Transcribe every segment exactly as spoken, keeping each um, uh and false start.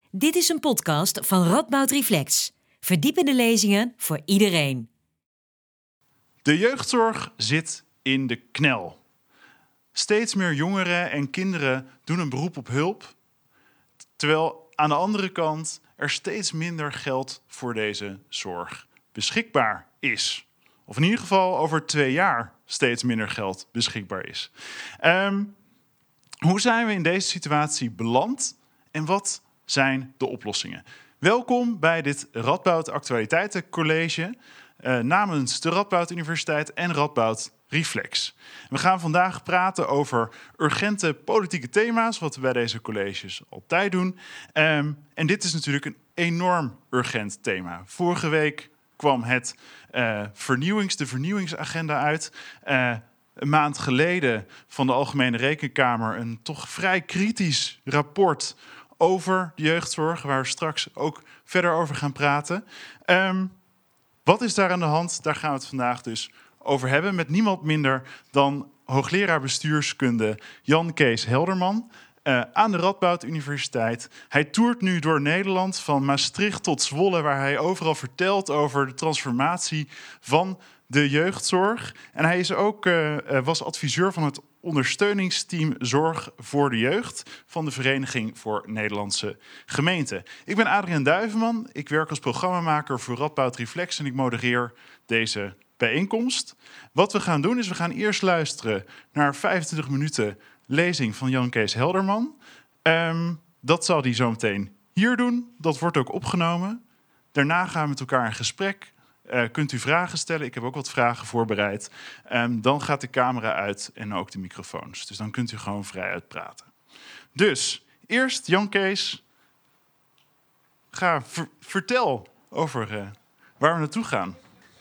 Dit is een podcast van Radboud Reflex. Verdiepende lezingen voor iedereen. De jeugdzorg zit in de knel. Steeds meer jongeren en kinderen doen een beroep op hulp, terwijl aan de andere kant er steeds minder geld voor deze zorg beschikbaar is. Of in ieder geval over twee jaar steeds minder geld beschikbaar is. Um, hoe zijn we in deze situatie beland en wat zijn de oplossingen? Welkom bij dit Radboud Actualiteitencollege uh, namens de Radboud Universiteit en Radboud Reflex. We gaan vandaag praten over urgente politieke thema's, wat we bij deze colleges altijd doen. Um, en dit is natuurlijk een enorm urgent thema. Vorige week kwam het uh, vernieuwings, de vernieuwingsagenda uit. Uh, een maand geleden van de Algemene Rekenkamer een toch vrij kritisch rapport over de jeugdzorg, waar we straks ook verder over gaan praten. Um, wat is daar aan de hand? Daar gaan we het vandaag dus over hebben met niemand minder dan hoogleraar bestuurskunde Jan Kees Helderman uh, aan de Radboud Universiteit. Hij toert nu door Nederland van Maastricht tot Zwolle, waar hij overal vertelt over de transformatie van de jeugdzorg. En hij is ook, uh, was adviseur van het ondersteuningsteam Zorg voor de Jeugd van de Vereniging voor Nederlandse Gemeenten. Ik ben Adriaan Duivenman, ik werk als programmamaker voor Radboud Reflex en ik modereer deze bijeenkomst. Wat we gaan doen is, we gaan eerst luisteren naar vijfentwintig minuten lezing van Jan Kees Helderman. Um, dat zal hij zo meteen hier doen, dat wordt ook opgenomen. Daarna gaan we met elkaar in gesprek. Uh, kunt u vragen stellen? Ik heb ook wat vragen voorbereid. Um, dan gaat de camera uit en ook de microfoons. Dus dan kunt u gewoon vrij uitpraten. Dus, eerst Jan Kees. Ga, ver, vertel over uh, waar we naartoe gaan.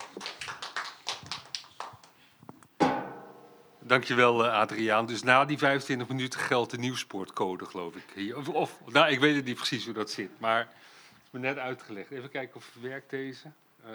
Dankjewel, uh, Adriaan. Dus na die vijfentwintig minuten geldt de nieuwsportcode, geloof ik. Hier. Of, of, nou, ik weet het niet precies hoe dat zit, maar het is me net uitgelegd. Even kijken of het werkt, deze. Uh,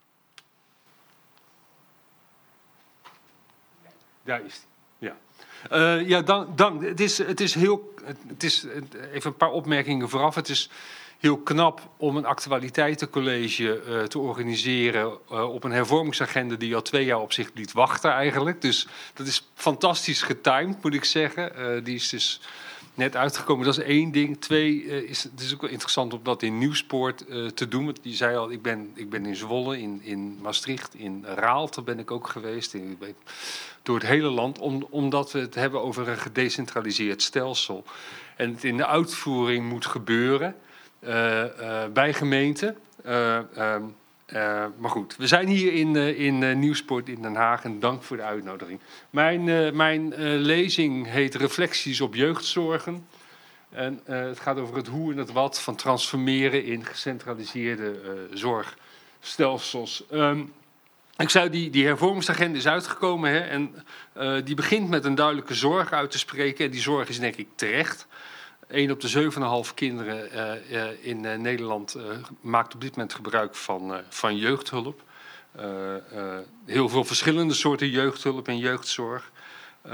Daar is die. Ja, uh, ja dank. dank. Het, is, het is heel. Het is, even een paar opmerkingen vooraf. Het is heel knap om een actualiteitencollege uh, te organiseren uh, op een hervormingsagenda die al twee jaar op zich liet wachten eigenlijk. Dus dat is fantastisch getimed, moet ik zeggen. Uh, die is dus net uitgekomen. Dat is één ding. Twee, uh, is, het is ook wel interessant om dat in Nieuwspoort uh, te doen. Want die zei al, ik ben, ik ben in Zwolle, in, in Maastricht, in Raalte ben ik ook geweest. In, door het hele land, om, omdat we het hebben over een gedecentraliseerd stelsel. En het in de uitvoering moet gebeuren uh, uh, bij gemeenten. Uh, uh, uh, maar goed, we zijn hier in, uh, in uh, Nieuwspoort in Den Haag en dank voor de uitnodiging. Mijn, uh, mijn uh, lezing heet Reflecties op jeugdzorgen. En uh, het gaat over het hoe en het wat van transformeren in gecentraliseerde uh, zorgstelsels. Um, Ik zei, die, die hervormingsagenda is uitgekomen hè, en uh, die begint met een duidelijke zorg uit te spreken. En die zorg is denk ik terecht. Eén op de zeven komma vijf kinderen uh, uh, in uh, Nederland uh, maakt op dit moment gebruik van, uh, van jeugdhulp. Uh, uh, heel veel verschillende soorten jeugdhulp en jeugdzorg. Uh,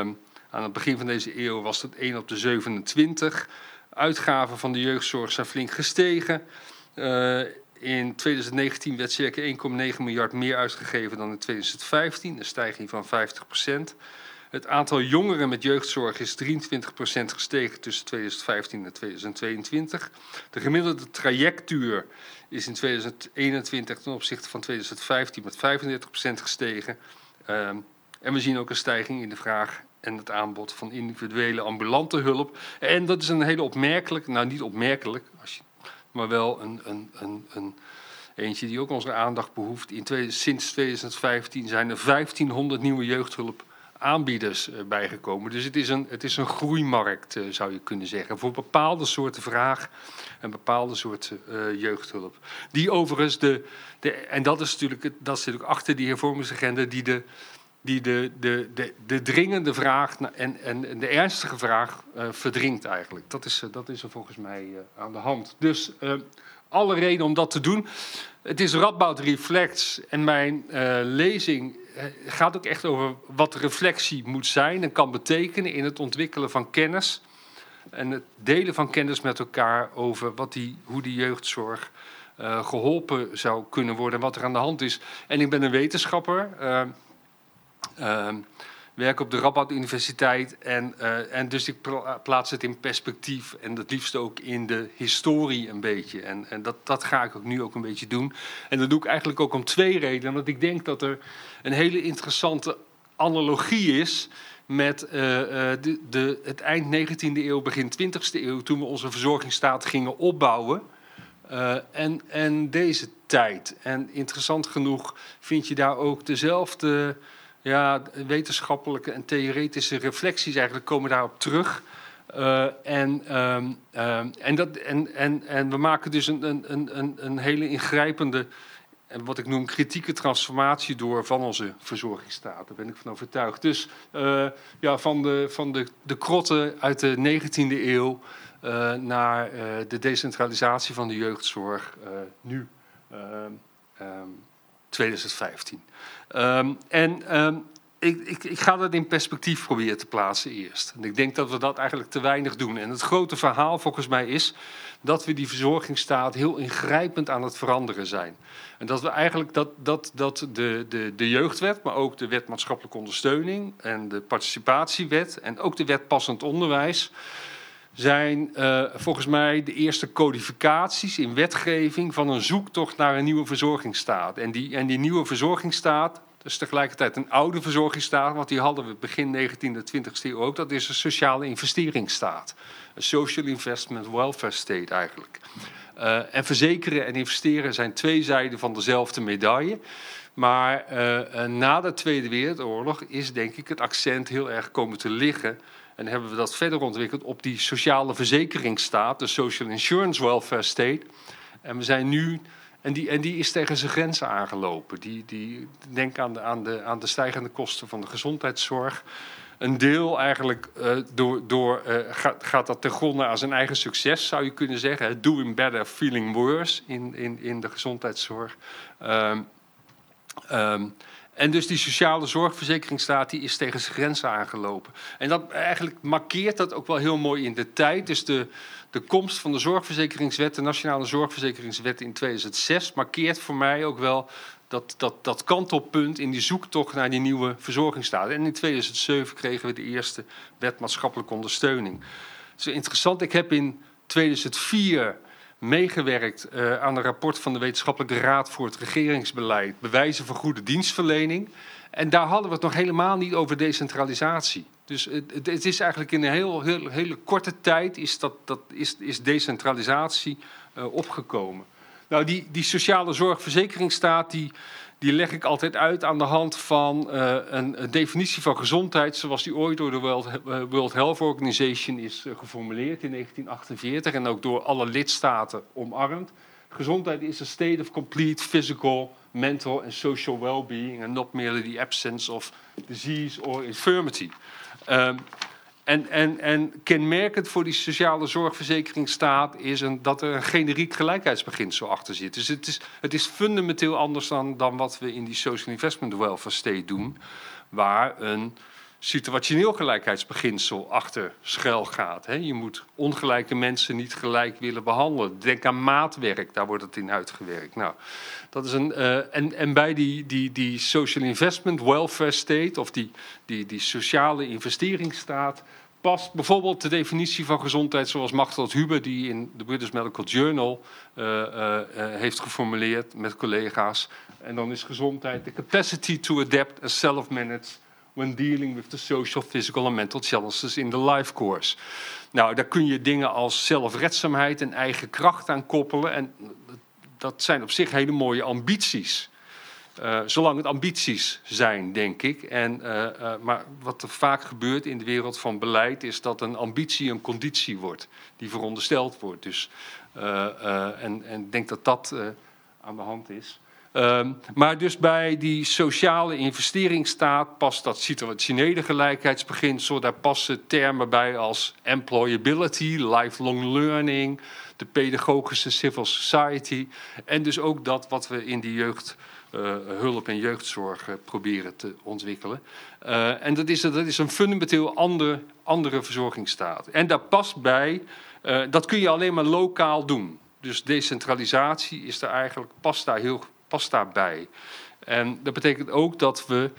aan het begin van deze eeuw was het één op de zevenentwintig. Uitgaven van de jeugdzorg zijn flink gestegen. Uh, In twintig negentien werd circa één komma negen miljard meer uitgegeven dan in twintig vijftien, een stijging van vijftig procent. Het aantal jongeren met jeugdzorg is drieëntwintig procent gestegen tussen twintig vijftien en twintig tweeëntwintig. De gemiddelde trajectduur is in twintig eenentwintig ten opzichte van twintig vijftien met vijfendertig procent gestegen. Um, en we zien ook een stijging in de vraag en het aanbod van individuele ambulante hulp. En dat is een hele opmerkelijke, nou niet opmerkelijk, als je maar wel een, een, een, een eentje die ook onze aandacht behoeft. In tweede, sinds twintig vijftien zijn er vijftienhonderd nieuwe jeugdhulpaanbieders uh, bijgekomen. Dus het is een, het is een groeimarkt, uh, zou je kunnen zeggen, voor bepaalde soorten vraag en bepaalde soorten uh, jeugdhulp. Die overigens, de, de, en dat is, natuurlijk, dat is natuurlijk achter die hervormingsagenda, die de... die de, de, de, de dringende vraag en, en de ernstige vraag uh, verdringt eigenlijk. Dat is, uh, dat is er volgens mij uh, aan de hand. Dus uh, alle reden om dat te doen. Het is Radboud Reflex en mijn uh, lezing uh, gaat ook echt over wat reflectie moet zijn en kan betekenen in het ontwikkelen van kennis. en het delen van kennis met elkaar over wat die, hoe die jeugdzorg uh, geholpen zou kunnen worden en wat er aan de hand is. En ik ben een wetenschapper, uh, uh, werk op de Radboud Universiteit en, uh, en dus ik plaats het in perspectief en het liefst ook in de historie een beetje. En, en dat, dat ga ik ook nu ook een beetje doen. En dat doe ik eigenlijk ook om twee redenen, want ik denk dat er een hele interessante analogie is met uh, de, de, het eind negentiende eeuw, begin twintigste eeuw, toen we onze verzorgingsstaat gingen opbouwen. Uh, en, en deze tijd. En interessant genoeg vind je daar ook dezelfde ja, wetenschappelijke en theoretische reflecties eigenlijk komen daarop terug. Uh, en, um, um, en, dat, en, en, en we maken dus een, een, een, een hele ingrijpende, en wat ik noem kritieke transformatie door van onze verzorgingsstaat. Daar ben ik van overtuigd. Dus uh, ja, van, de, van de, de krotten uit de negentiende eeuw uh, naar uh, de decentralisatie van de jeugdzorg uh, nu, uh, um, twintig vijftien. Um, en um, ik, ik, ik ga dat in perspectief proberen te plaatsen eerst. En ik denk dat we dat eigenlijk te weinig doen. En het grote verhaal volgens mij is dat we die verzorgingsstaat heel ingrijpend aan het veranderen zijn. En dat we eigenlijk dat, dat, dat de, de, de jeugdwet, maar ook de wet maatschappelijke ondersteuning en de participatiewet en ook de wet passend onderwijs zijn uh, volgens mij de eerste codificaties in wetgeving van een zoektocht naar een nieuwe verzorgingsstaat. En die, en die nieuwe verzorgingsstaat, dus tegelijkertijd een oude verzorgingsstaat, want die hadden we begin negentiende, twintigste eeuw ook, dat is een sociale investeringsstaat. Een social investment welfare state eigenlijk. Uh, en verzekeren en investeren zijn twee zijden van dezelfde medaille. Maar uh, uh, na de Tweede Wereldoorlog is denk ik het accent heel erg komen te liggen. En hebben we dat verder ontwikkeld op die sociale verzekeringsstaat, de social insurance welfare state. En we zijn nu, en die, en die is tegen zijn grenzen aangelopen. Die, die, denk aan de, aan, de, aan de stijgende kosten van de gezondheidszorg. Een deel eigenlijk uh, door, door, uh, gaat, gaat dat ten gronde aan zijn eigen succes, zou je kunnen zeggen. Doing better, feeling worse in, in, in de gezondheidszorg. Um, um, En dus die sociale zorgverzekeringsstaat die is tegen zijn grenzen aangelopen. En dat eigenlijk markeert dat ook wel heel mooi in de tijd. Dus de, de komst van de zorgverzekeringswet, de Nationale Zorgverzekeringswet in tweeduizend zes, markeert voor mij ook wel dat, dat, dat kantelpunt in die zoektocht naar die nieuwe verzorgingsstaat. En in tweeduizend zeven kregen we de eerste wet maatschappelijke ondersteuning. Het is interessant, ik heb in tweeduizend vier meegewerkt uh, aan een rapport van de Wetenschappelijke Raad voor het Regeringsbeleid, bewijzen van goede dienstverlening. En daar hadden we het nog helemaal niet over decentralisatie. Dus het, het is eigenlijk in een heel, heel, hele korte tijd is, dat, dat, is, is decentralisatie uh, opgekomen. Nou, die, die sociale zorgverzekeringsstaat, die, die leg ik altijd uit aan de hand van uh, een, een definitie van gezondheid, zoals die ooit door de World, uh, World Health Organization is uh, geformuleerd in negentien achtenveertig en ook door alle lidstaten omarmd. Gezondheid is a state of complete physical, mental and social well-being and not merely the absence of disease or infirmity. Um, En, en, en kenmerkend voor die sociale zorgverzekeringsstaat is een, dat er een generiek gelijkheidsbeginsel achter zit. Dus het is, het is fundamenteel anders dan, dan wat we in die social investment welfare state doen, waar een situationeel gelijkheidsbeginsel achter schuil gaat. He, je moet ongelijke mensen niet gelijk willen behandelen. Denk aan maatwerk, daar wordt het in uitgewerkt. Nou, dat is een, uh, en, en bij die, die, die social investment welfare state, of die, die, die sociale investeringsstaat, past bijvoorbeeld de definitie van gezondheid zoals Machteld Huber die in de British Medical Journal uh, uh, uh, heeft geformuleerd met collega's. En dan is gezondheid the capacity to adapt and self-manage when dealing with the social, physical and mental challenges in the life course. Nou, daar kun je dingen als zelfredzaamheid en eigen kracht aan koppelen. En dat zijn op zich hele mooie ambities. Uh, zolang het ambities zijn, denk ik. En, uh, uh, maar wat er vaak gebeurt in de wereld van beleid is dat een ambitie een conditie wordt. Die verondersteld wordt. Dus, uh, uh, en ik denk dat dat uh, aan de hand is. Um, maar dus bij die sociale investeringsstaat past dat situationele gelijkheidsbeginsel. Daar passen termen bij als employability, lifelong learning, de pedagogische civil society. En dus ook dat wat we in die jeugdhulp uh, en jeugdzorg uh, proberen te ontwikkelen. Uh, en dat is, dat is een fundamenteel andere, andere verzorgingsstaat. En daar past bij, uh, dat kun je alleen maar lokaal doen. Dus decentralisatie is daar eigenlijk, past daar heel past daarbij. En dat betekent ook dat we,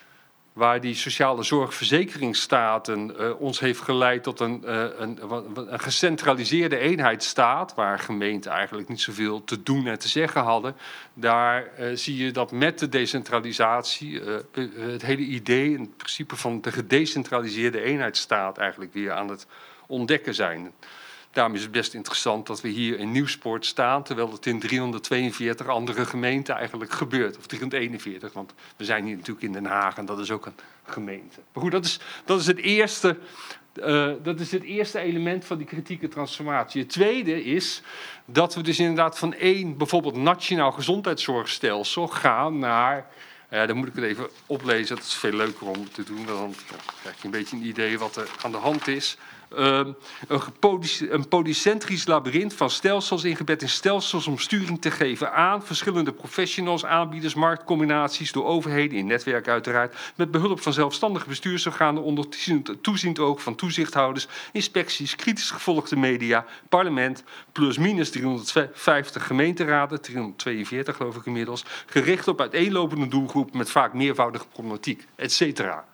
waar die sociale zorgverzekeringsstaten uh, ons heeft geleid tot een, uh, een, een gecentraliseerde eenheidsstaat, waar gemeenten eigenlijk niet zoveel te doen en te zeggen hadden, daar uh, zie je dat met de decentralisatie uh, het hele idee en het principe van de gedecentraliseerde eenheidsstaat eigenlijk weer aan het ontdekken zijn. Daarom is het best interessant dat we hier in Nieuwspoort staan, terwijl het in driehonderdtweeënveertig andere gemeenten eigenlijk gebeurt. Of driehonderdeenenveertig, want we zijn hier natuurlijk in Den Haag en dat is ook een gemeente. Maar goed, dat is, dat is, het, eerste, uh, dat is het eerste element van die kritieke transformatie. Het tweede is dat we dus inderdaad van één bijvoorbeeld nationaal gezondheidszorgstelsel gaan naar... Ja, dan moet ik het even oplezen, dat is veel leuker om te doen, dan krijg je een beetje een idee wat er aan de hand is. Uh, een, poly- een polycentrisch labyrint van stelsels, ingebed in stelsels om sturing te geven aan verschillende professionals, aanbieders, marktcombinaties, door overheden, in netwerk uiteraard, met behulp van zelfstandige bestuursorganen onder toeziend oog van toezichthouders, inspecties, kritisch gevolgde media, parlement, plus minus driehonderdvijftig gemeenteraden, driehonderdtweeënveertig geloof ik inmiddels, gericht op uiteenlopende doelgroepen met vaak meervoudige problematiek, et cetera.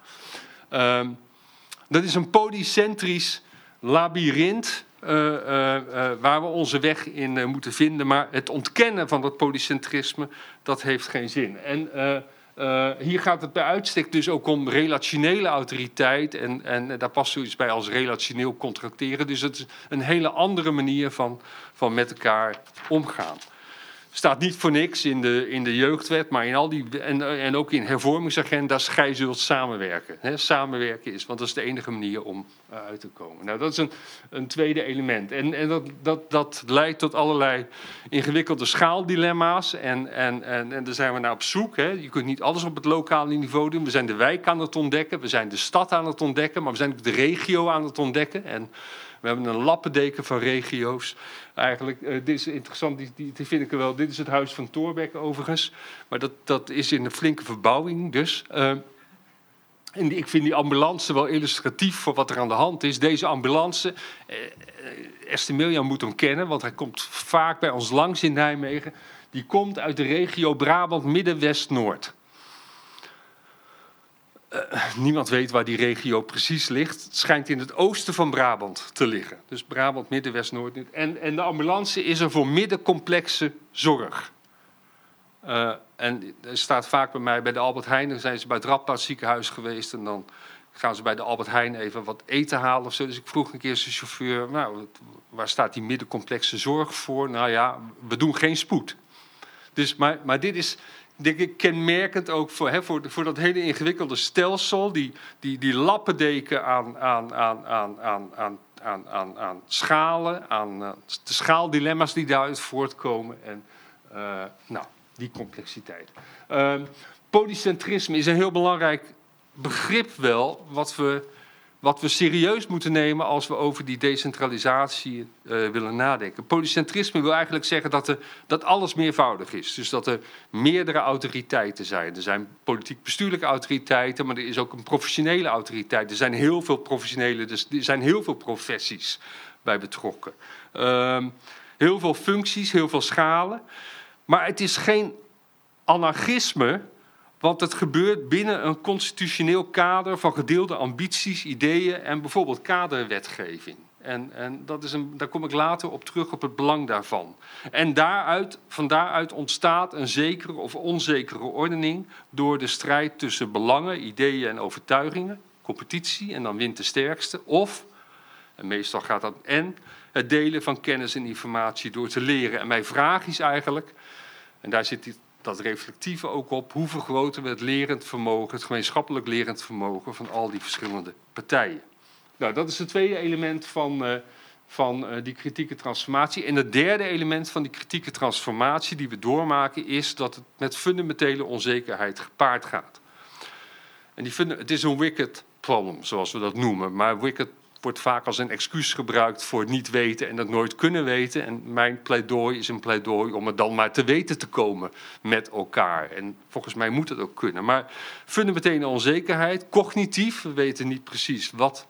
Uh, dat is een polycentrisch labyrint uh, uh, uh, waar we onze weg in uh, moeten vinden. Maar het ontkennen van dat polycentrisme, dat heeft geen zin. En uh, uh, hier gaat het bij uitstek dus ook om relationele autoriteit. En, en daar past zoiets bij als relationeel contracteren. Dus het is een hele andere manier van, van met elkaar omgaan. Staat niet voor niks in de, in de jeugdwet, maar in al die, en, en ook in hervormingsagenda's, gij zult samenwerken. He, samenwerken is, want dat is de enige manier om uh, uit te komen. Nou, dat is een, een tweede element. En, en dat, dat, dat leidt tot allerlei ingewikkelde schaaldilemma's. En, en, en, en daar zijn we naar op zoek. He. Je kunt niet alles op het lokale niveau doen. We zijn de wijk aan het ontdekken, we zijn de stad aan het ontdekken, maar we zijn ook de regio aan het ontdekken. En we hebben een lappendeken van regio's. Eigenlijk, uh, dit is interessant, die, die, die vind ik er wel. Dit is het huis van Thorbecke overigens. Maar dat, dat is in een flinke verbouwing dus. Uh, en die, ik vind die ambulance wel illustratief voor wat er aan de hand is. Deze ambulance, uh, Esther Miljan moet hem kennen, want hij komt vaak bij ons langs in Nijmegen. Die komt uit de regio Brabant, Midden, West, Noord. Uh, niemand weet waar die regio precies ligt. Het schijnt in het oosten van Brabant te liggen. Dus Brabant, Midden, West, Noord. En, en de ambulance is er voor middencomplexe zorg. Uh, en er staat vaak bij mij bij de Albert Heijn. Dan zijn ze bij het Radboud ziekenhuis geweest. En dan gaan ze bij de Albert Heijn even wat eten halen of zo. Dus ik vroeg een keer zijn chauffeur, nou, waar staat die middencomplexe zorg voor? Nou ja, we doen geen spoed. Dus, maar, maar dit is... denk ik kenmerkend ook voor, hè, voor, voor dat hele ingewikkelde stelsel, die, die, die lappendeken aan, aan, aan, aan, aan, aan, aan, aan, aan schalen, aan uh, de schaaldilemma's die daaruit voortkomen en uh, nou, die complexiteit. Uh, polycentrisme is een heel belangrijk begrip wel, wat we, wat we serieus moeten nemen als we over die decentralisatie uh, willen nadenken. Polycentrisme wil eigenlijk zeggen dat, er, dat alles meervoudig is. Dus dat er meerdere autoriteiten zijn. Er zijn politiek-bestuurlijke autoriteiten, maar er is ook een professionele autoriteit. Er zijn heel veel professionele, dus er zijn heel veel professies bij betrokken. Uh, heel veel functies, heel veel schalen. Maar het is geen anarchisme, want het gebeurt binnen een constitutioneel kader van gedeelde ambities, ideeën en bijvoorbeeld kaderwetgeving. En, en dat is een, daar kom ik later op terug op het belang daarvan. En daaruit, van daaruit ontstaat een zekere of onzekere ordening door de strijd tussen belangen, ideeën en overtuigingen, competitie en dan wint de sterkste, of, en meestal gaat dat en, het delen van kennis en informatie door te leren. En mijn vraag is eigenlijk, en daar zit die dat reflectieve ook op, hoe vergroten we het lerend vermogen, het gemeenschappelijk lerend vermogen van al die verschillende partijen. Nou, dat is het tweede element van, uh, van uh, die kritieke transformatie. En het derde element van die kritieke transformatie die we doormaken is dat het met fundamentele onzekerheid gepaard gaat. En die funda- het is een wicked problem, zoals we dat noemen. Maar wicked wordt vaak als een excuus gebruikt voor het niet weten en het nooit kunnen weten. En mijn pleidooi is een pleidooi om het dan maar te weten te komen met elkaar. En volgens mij moet het ook kunnen. Maar fundamentele onzekerheid, cognitief, we weten niet precies wat,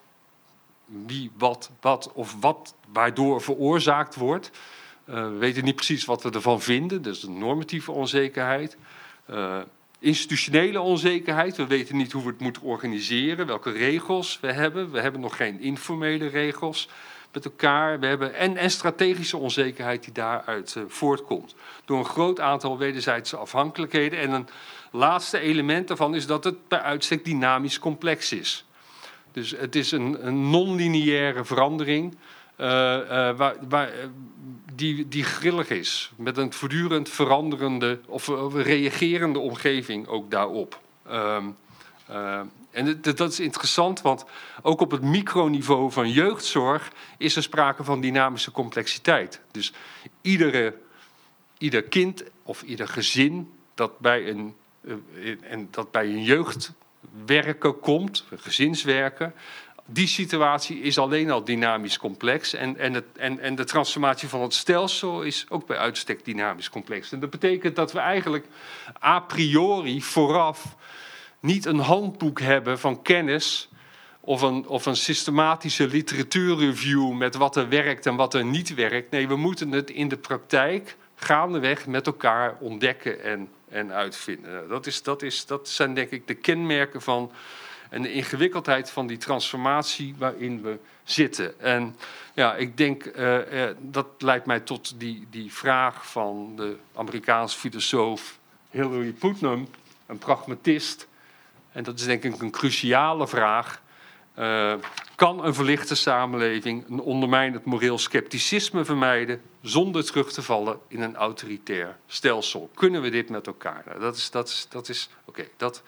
wie, wat, wat of wat waardoor veroorzaakt wordt. Uh, we weten niet precies wat we ervan vinden, dus een normatieve onzekerheid. Uh, Institutionele onzekerheid, we weten niet hoe we het moeten organiseren, welke regels we hebben. We hebben nog geen informele regels met elkaar. We hebben en, en strategische onzekerheid die daaruit uh, voortkomt. Door een groot aantal wederzijdse afhankelijkheden. En een laatste element daarvan is dat het bij uitstek dynamisch complex is. Dus het is een, een non-lineaire verandering uh, uh, waar, waar, uh, die, die grillig is. Met een voortdurend veranderende of, of reagerende omgeving ook daarop. Um, uh, en dat, dat is interessant, want ook op het microniveau van jeugdzorg is er sprake van dynamische complexiteit. Dus iedere, ieder kind of ieder gezin dat bij een, uh, en dat bij een jeugdwerker komt, gezinswerken, die situatie is alleen al dynamisch complex. En, en, het, en, en de transformatie van het stelsel is ook bij uitstek dynamisch complex. En dat betekent dat we eigenlijk a priori vooraf niet een handboek hebben van kennis of een, of een systematische literatuurreview met wat er werkt en wat er niet werkt. Nee, we moeten het in de praktijk gaandeweg met elkaar ontdekken en, en uitvinden. Dat, is, dat, is, dat zijn denk ik de kenmerken van en de ingewikkeldheid van die transformatie waarin we zitten. En ja, ik denk, uh, uh, dat leidt mij tot die, die vraag van de Amerikaanse filosoof Hilary Putnam, een pragmatist. En dat is denk ik een cruciale vraag. Uh, kan een verlichte samenleving een ondermijnend moreel scepticisme vermijden zonder terug te vallen in een autoritair stelsel? Kunnen we dit met elkaar? Nou, dat is, dat is, dat is, oké, okay, dat...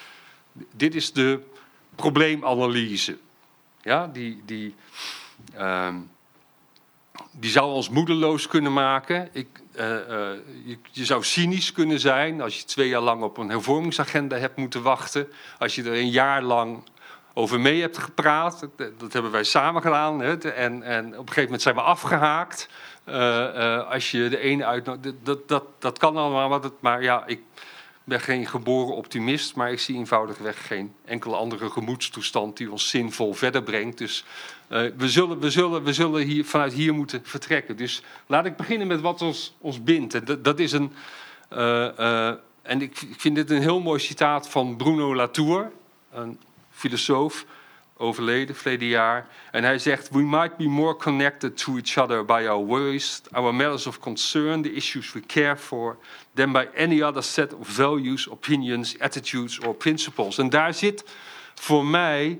Dit is de probleemanalyse. Ja, die, die, uh, die zou ons moedeloos kunnen maken. Ik, uh, uh, je, je zou cynisch kunnen zijn als je twee jaar lang op een hervormingsagenda hebt moeten wachten. Als je er een jaar lang over mee hebt gepraat. Dat hebben wij samen gedaan. Hè, en, en op een gegeven moment zijn we afgehaakt. Uh, uh, als je de ene uitnodigt. Dat, dat, dat kan allemaal. Maar, dat, maar ja, ik... Ik ben geen geboren optimist, maar ik zie eenvoudigweg geen enkele andere gemoedstoestand die ons zinvol verder brengt. Dus uh, we zullen, we zullen, we zullen hier, vanuit hier moeten vertrekken. Dus laat ik beginnen met wat ons, ons bindt. En dat, dat is een, uh, uh, en ik, ik vind dit een heel mooi citaat van Bruno Latour, een filosoof, overleden verleden jaar. En hij zegt: "We might be more connected to each other by our worries, our matters of concern, the issues we care for, than by any other set of values, opinions, attitudes or principles." En daar zit voor mij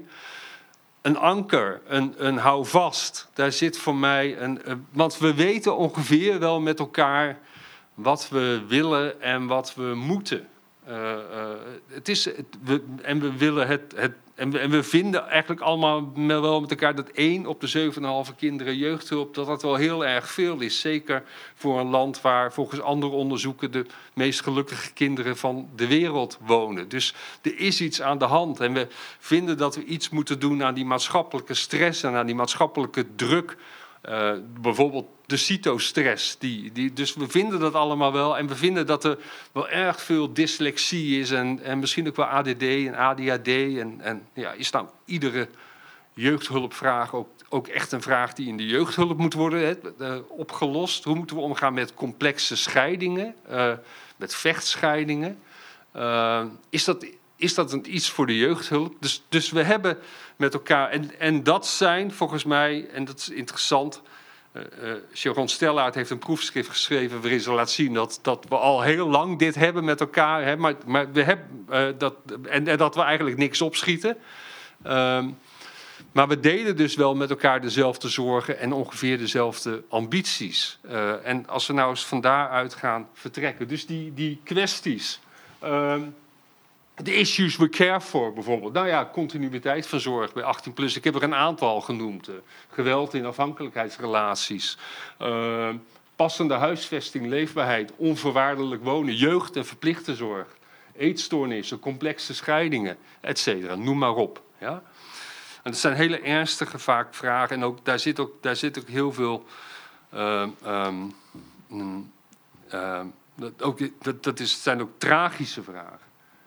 een anker, een, een houvast. Daar zit voor mij een, een... Want we weten ongeveer wel met elkaar wat we willen en wat we moeten. Uh, uh, het is, het, we, en we willen het... het En we, en we vinden eigenlijk allemaal wel met elkaar dat één op de zeven komma vijf kinderen jeugdhulp, dat dat wel heel erg veel is. Zeker voor een land waar volgens andere onderzoeken de meest gelukkige kinderen van de wereld wonen. Dus er is iets aan de hand. En we vinden dat we iets moeten doen aan die maatschappelijke stress en aan die maatschappelijke druk. Uh, bijvoorbeeld de cytostress. Die, die, dus we vinden dat allemaal wel. En we vinden dat er wel erg veel dyslexie is. En, en misschien ook wel A D D en A D H D. En, en ja, is nou iedere jeugdhulpvraag ook, ook echt een vraag die in de jeugdhulp moet worden hè, uh, opgelost? Hoe moeten we omgaan met complexe scheidingen? Uh, met vechtscheidingen? Uh, is dat... Is dat een iets voor de jeugdhulp? Dus, dus we hebben met elkaar... En, en dat zijn volgens mij, en dat is interessant... Uh, uh, Sharon Stellaert heeft een proefschrift geschreven waarin ze laat zien dat, dat we al heel lang dit hebben met elkaar. Hè, maar, maar we hebben, uh, dat, en, en dat we eigenlijk niks opschieten. Uh, maar we delen dus wel met elkaar dezelfde zorgen en ongeveer dezelfde ambities. Uh, en als we nou eens van daaruit gaan vertrekken. Dus die, die kwesties... Uh, de issues we care for bijvoorbeeld. Nou ja, continuïteit van zorg bij achttien plus. Ik heb er een aantal genoemd. Uh, geweld in afhankelijkheidsrelaties. Uh, passende huisvesting, leefbaarheid, onvoorwaardelijk wonen, jeugd- en verplichte zorg. Eetstoornissen, complexe scheidingen, et cetera. Noem maar op. Ja? En dat zijn hele ernstige vaak vragen. En ook, daar, zit ook, daar zit ook heel veel... Uh, um, uh, dat, ook, dat, dat is, zijn ook tragische vragen.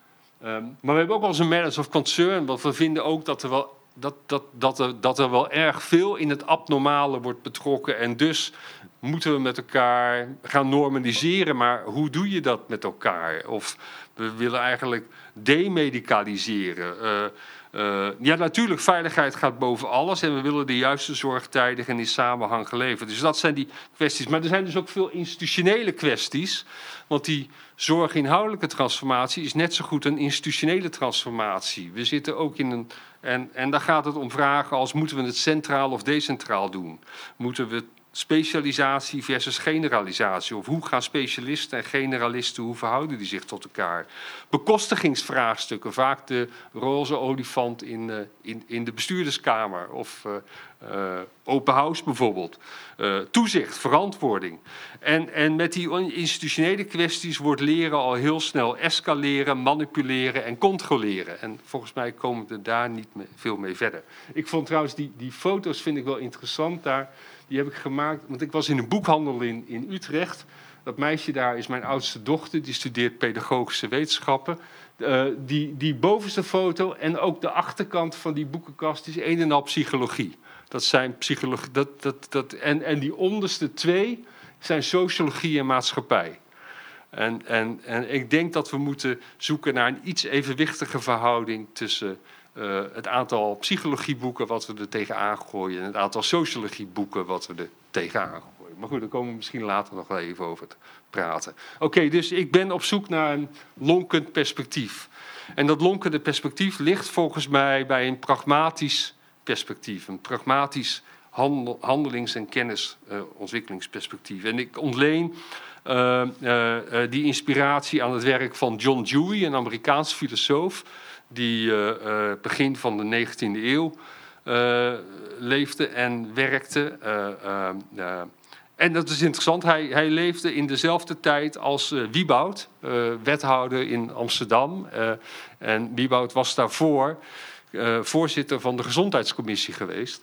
Um, maar we hebben ook wel eens een matters of concern. Want we vinden ook dat er, wel, dat, dat, dat, er, dat er wel erg veel in het abnormale wordt betrokken. En dus moeten we met elkaar gaan normaliseren. Maar hoe doe je dat met elkaar? Of we willen eigenlijk demedicaliseren. Uh, Uh, ja, natuurlijk, veiligheid gaat boven alles. En we willen de juiste zorg tijdig en in samenhang geleverd. Dus dat zijn die kwesties. Maar er zijn dus ook veel institutionele kwesties. Want die zorginhoudelijke transformatie is net zo goed een institutionele transformatie. We zitten ook in een... En, en daar gaat het om vragen als: moeten we het centraal of decentraal doen? Moeten we specialisatie versus generalisatie? Of hoe gaan specialisten en generalisten, hoe verhouden die zich tot elkaar? Bekostigingsvraagstukken, vaak de roze olifant in, uh, in, in de bestuurderskamer. Of uh, uh, open house bijvoorbeeld. Uh, toezicht, verantwoording. En, en met die institutionele kwesties wordt leren al heel snel escaleren, manipuleren en controleren. En volgens mij komen we daar niet mee, veel mee verder. Ik vond trouwens die, die foto's vind ik wel interessant daar. Die heb ik gemaakt, want ik was in een boekhandel in, in Utrecht. Dat meisje daar is mijn oudste dochter, die studeert pedagogische wetenschappen. Uh, die, die bovenste foto en ook de achterkant van die boekenkast is een en al psychologie. Dat zijn psychologie, dat, dat, dat, en, en die onderste twee zijn sociologie en maatschappij. En, en, en ik denk dat we moeten zoeken naar een iets evenwichtige verhouding tussen Uh, het aantal psychologieboeken wat we er tegenaan gooien en het aantal sociologieboeken wat we er tegenaan gooien. Maar goed, daar komen we misschien later nog wel even over te praten. Oké, okay, dus ik ben op zoek naar een lonkend perspectief. En dat lonkende perspectief ligt volgens mij bij een pragmatisch perspectief. Een pragmatisch handel, handelings- en kennisontwikkelingsperspectief. Uh, en ik ontleen uh, uh, uh, die inspiratie aan het werk van John Dewey, een Amerikaans filosoof, die uh, uh, begin van de negentiende eeuw uh, leefde en werkte. Uh, uh, uh, en dat is interessant, hij, hij leefde in dezelfde tijd als uh, Wieboud, uh, wethouder in Amsterdam. Uh, en Wieboud was daarvoor uh, voorzitter van de Gezondheidscommissie geweest.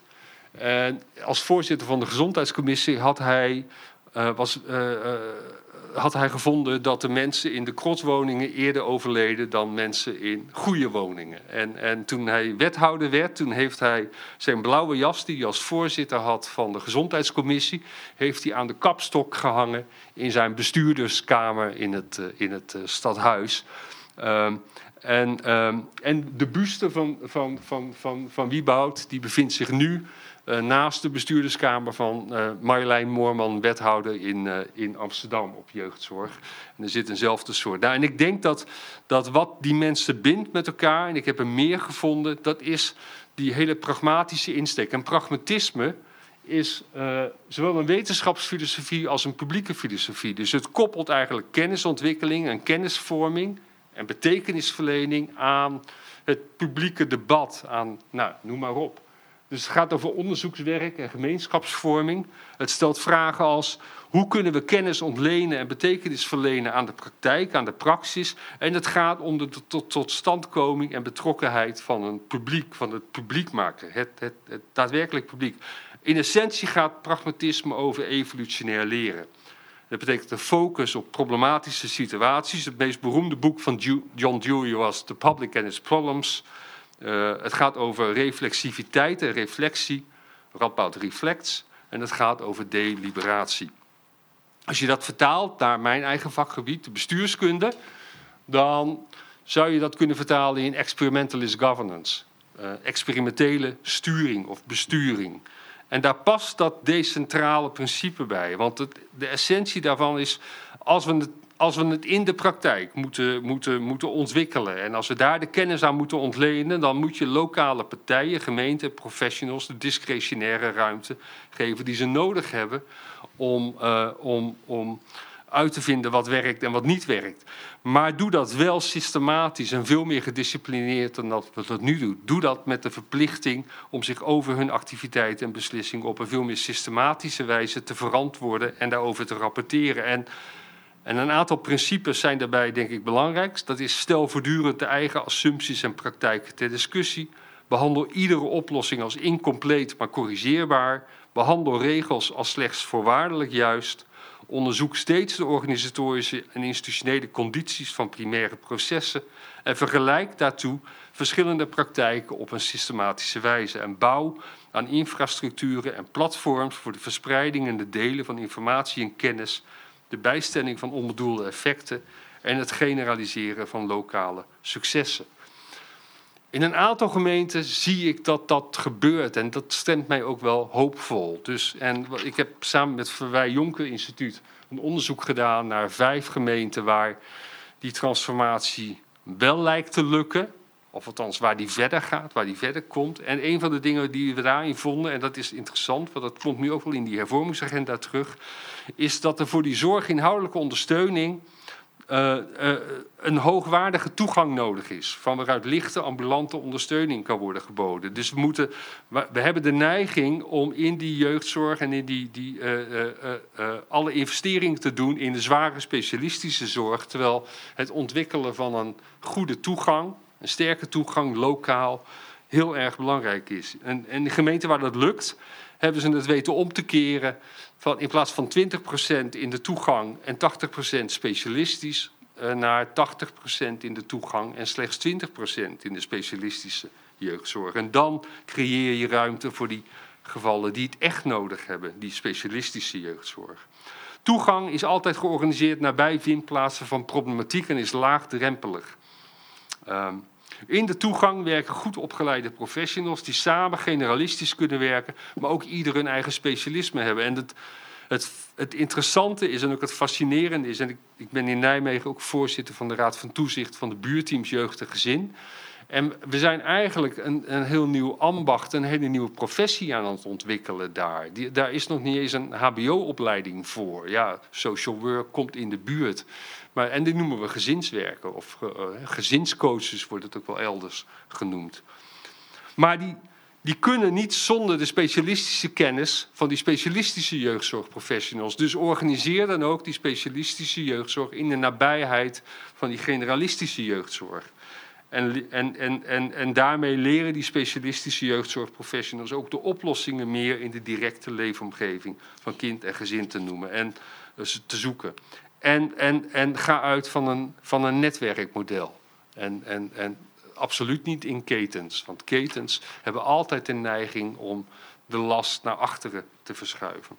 En als voorzitter van de Gezondheidscommissie had hij, uh, was... Uh, uh, had hij gevonden dat de mensen in de krotwoningen eerder overleden dan mensen in goede woningen. En, en toen hij wethouder werd, toen heeft hij zijn blauwe jas, die hij als voorzitter had van de Gezondheidscommissie, heeft hij aan de kapstok gehangen in zijn bestuurderskamer in het, uh, in het uh, stadhuis. Um, en, um, en de buste van, van, van, van, van Wieboud, die bevindt zich nu Uh, naast de bestuurderskamer van uh, Marjolein Moorman, wethouder in, uh, in Amsterdam op jeugdzorg. En er zit eenzelfde soort daar. En ik denk dat, dat wat die mensen bindt met elkaar, en ik heb er meer gevonden, dat is die hele pragmatische insteek. En pragmatisme is uh, zowel een wetenschapsfilosofie als een publieke filosofie. Dus het koppelt eigenlijk kennisontwikkeling en kennisvorming en betekenisverlening aan het publieke debat, aan, nou, noem maar op. Dus het gaat over onderzoekswerk en gemeenschapsvorming. Het stelt vragen als: hoe kunnen we kennis ontlenen en betekenis verlenen aan de praktijk, aan de praxis? En het gaat om de tot, totstandkoming en betrokkenheid van een publiek, van het publiek maken, het, het, het daadwerkelijk publiek. In essentie gaat pragmatisme over evolutionair leren. Dat betekent een focus op problematische situaties. Het meest beroemde boek van John Dewey was The Public and Its Problems. Uh, het gaat over reflexiviteit en reflectie, Radboud Reflects, en het gaat over deliberatie. Als je dat vertaalt naar mijn eigen vakgebied, de bestuurskunde, dan zou je dat kunnen vertalen in experimentalist governance, uh, experimentele sturing of besturing. En daar past dat decentrale principe bij, want het, de essentie daarvan is, als we het Als we het in de praktijk moeten, moeten, moeten ontwikkelen en als we daar de kennis aan moeten ontlenen, dan moet je lokale partijen, gemeenten, professionals de discretionaire ruimte geven die ze nodig hebben om, uh, om, om uit te vinden wat werkt en wat niet werkt. Maar doe dat wel systematisch en veel meer gedisciplineerd dan dat we dat nu doen. Doe dat met de verplichting om zich over hun activiteiten en beslissingen op een veel meer systematische wijze te verantwoorden en daarover te rapporteren. En, en een aantal principes zijn daarbij denk ik belangrijk. Dat is stel voortdurend de eigen assumpties en praktijken ter discussie. Behandel iedere oplossing als incompleet maar corrigeerbaar. Behandel regels als slechts voorwaardelijk juist. Onderzoek steeds de organisatorische en institutionele condities van primaire processen en vergelijk daartoe verschillende praktijken op een systematische wijze en bouw aan infrastructuren en platforms voor de verspreiding en de delen van informatie en kennis, de bijstelling van onbedoelde effecten en het generaliseren van lokale successen. In een aantal gemeenten zie ik dat dat gebeurt en dat stemt mij ook wel hoopvol. Dus, en ik heb samen met het Verwij Jonker Instituut een onderzoek gedaan naar vijf gemeenten waar die transformatie wel lijkt te lukken. Of althans waar die verder gaat, waar die verder komt. En een van de dingen die we daarin vonden, en dat is interessant, want dat komt nu ook wel in die hervormingsagenda terug, is dat er voor die zorginhoudelijke ondersteuning Uh, uh, een hoogwaardige toegang nodig is, van waaruit lichte ambulante ondersteuning kan worden geboden. Dus we, moeten, we hebben de neiging om in die jeugdzorg en in die, die uh, uh, uh, uh, alle investeringen te doen in de zware specialistische zorg, terwijl het ontwikkelen van een goede toegang, een sterke toegang, lokaal, heel erg belangrijk is. En, en de gemeenten waar dat lukt, hebben ze het weten om te keren van in plaats van twintig procent in de toegang en tachtig procent specialistisch uh, naar tachtig procent in de toegang en slechts twintig procent in de specialistische jeugdzorg. En dan creëer je ruimte voor die gevallen die het echt nodig hebben, die specialistische jeugdzorg. Toegang is altijd georganiseerd nabij vindplaatsen van problematiek en is laagdrempelig. Um, In de toegang werken goed opgeleide professionals die samen generalistisch kunnen werken, maar ook ieder hun eigen specialisme hebben. En het, het, het interessante is en ook het fascinerende is, en ik, ik ben in Nijmegen ook voorzitter van de Raad van Toezicht van de buurteams Jeugd en Gezin. En we zijn eigenlijk een, een heel nieuw ambacht, een hele nieuwe professie aan het ontwikkelen daar. Die, daar is nog niet eens een H B O-opleiding voor. Ja, social work komt in de buurt. Maar, en die noemen we gezinswerken of uh, gezinscoaches wordt het ook wel elders genoemd. Maar die, die kunnen niet zonder de specialistische kennis van die specialistische jeugdzorgprofessionals. Dus organiseer dan ook die specialistische jeugdzorg in de nabijheid van die generalistische jeugdzorg. En, en, en, en, en daarmee leren die specialistische jeugdzorgprofessionals ook de oplossingen meer in de directe leefomgeving van kind en gezin te noemen en dus te zoeken. En, en, en ga uit van een, van een netwerkmodel. En, en, en absoluut niet in ketens. Want ketens hebben altijd de neiging om de last naar achteren te verschuiven.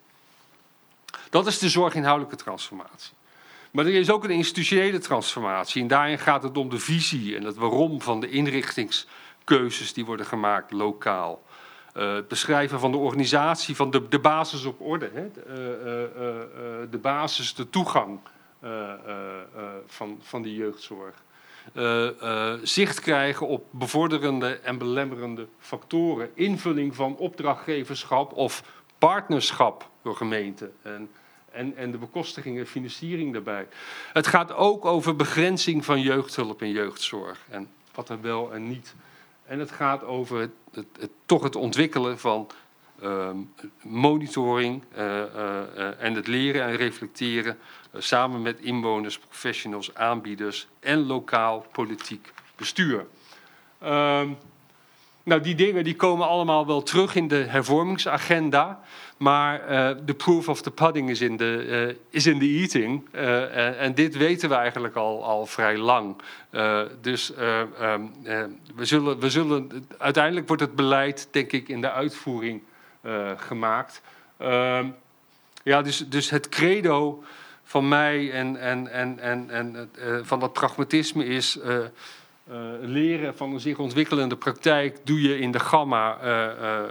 Dat is de zorginhoudelijke transformatie. Maar er is ook een institutionele transformatie. En daarin gaat het om de visie en het waarom van de inrichtingskeuzes die worden gemaakt lokaal. Uh, het beschrijven van de organisatie, van de, de basis op orde. Hè? De, uh, uh, uh, de basis, de toegang uh, uh, uh, van, van die jeugdzorg. Uh, uh, zicht krijgen op bevorderende en belemmerende factoren. Invulling van opdrachtgeverschap of partnerschap door gemeenten. En, en, en de bekostiging en financiering daarbij. Het gaat ook over begrenzing van jeugdhulp en jeugdzorg. En wat er wel en niet. En het gaat over het, het, het, toch het ontwikkelen van uh, monitoring uh, uh, uh, en het leren en reflecteren uh, samen met inwoners, professionals, aanbieders en lokaal politiek bestuur. Uh, nou, die dingen die komen allemaal wel terug in de hervormingsagenda, maar uh, the proof of the pudding is in the, uh, is in the eating. Uh, en, en dit weten we eigenlijk al, al vrij lang. Uh, dus uh, um, uh, we zullen, we zullen, uiteindelijk wordt het beleid, denk ik, in de uitvoering uh, gemaakt. Uh, ja, dus, dus het credo van mij en, en, en, en, en uh, van dat pragmatisme is Uh, Uh, leren van een zich ontwikkelende praktijk doe je in de gamma. Uh,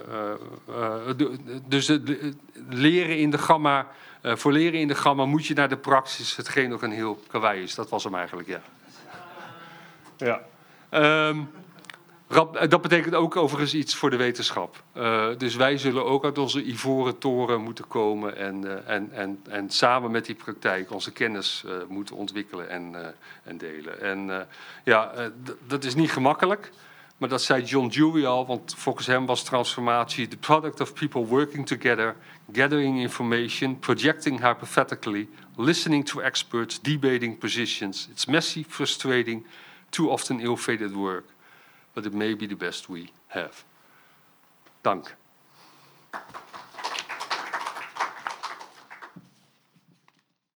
uh, uh, uh, dus uh, leren in de gamma, uh, voor leren in de gamma moet je naar de praxis, hetgeen nog een heel karwei is. Dat was hem eigenlijk, ja. Ja. Um, Rad, dat betekent ook overigens iets voor de wetenschap. Uh, dus wij zullen ook uit onze ivoren toren moeten komen en, uh, en, en, en samen met die praktijk onze kennis uh, moeten ontwikkelen en, uh, en delen. En uh, ja, uh, d- dat is niet gemakkelijk, maar dat zei John Dewey al, want volgens hem was transformatie the product of people working together, gathering information, projecting hypothetically, listening to experts, debating positions. It's messy, frustrating, too often ill-fated work. But it may be the best we have. Dank.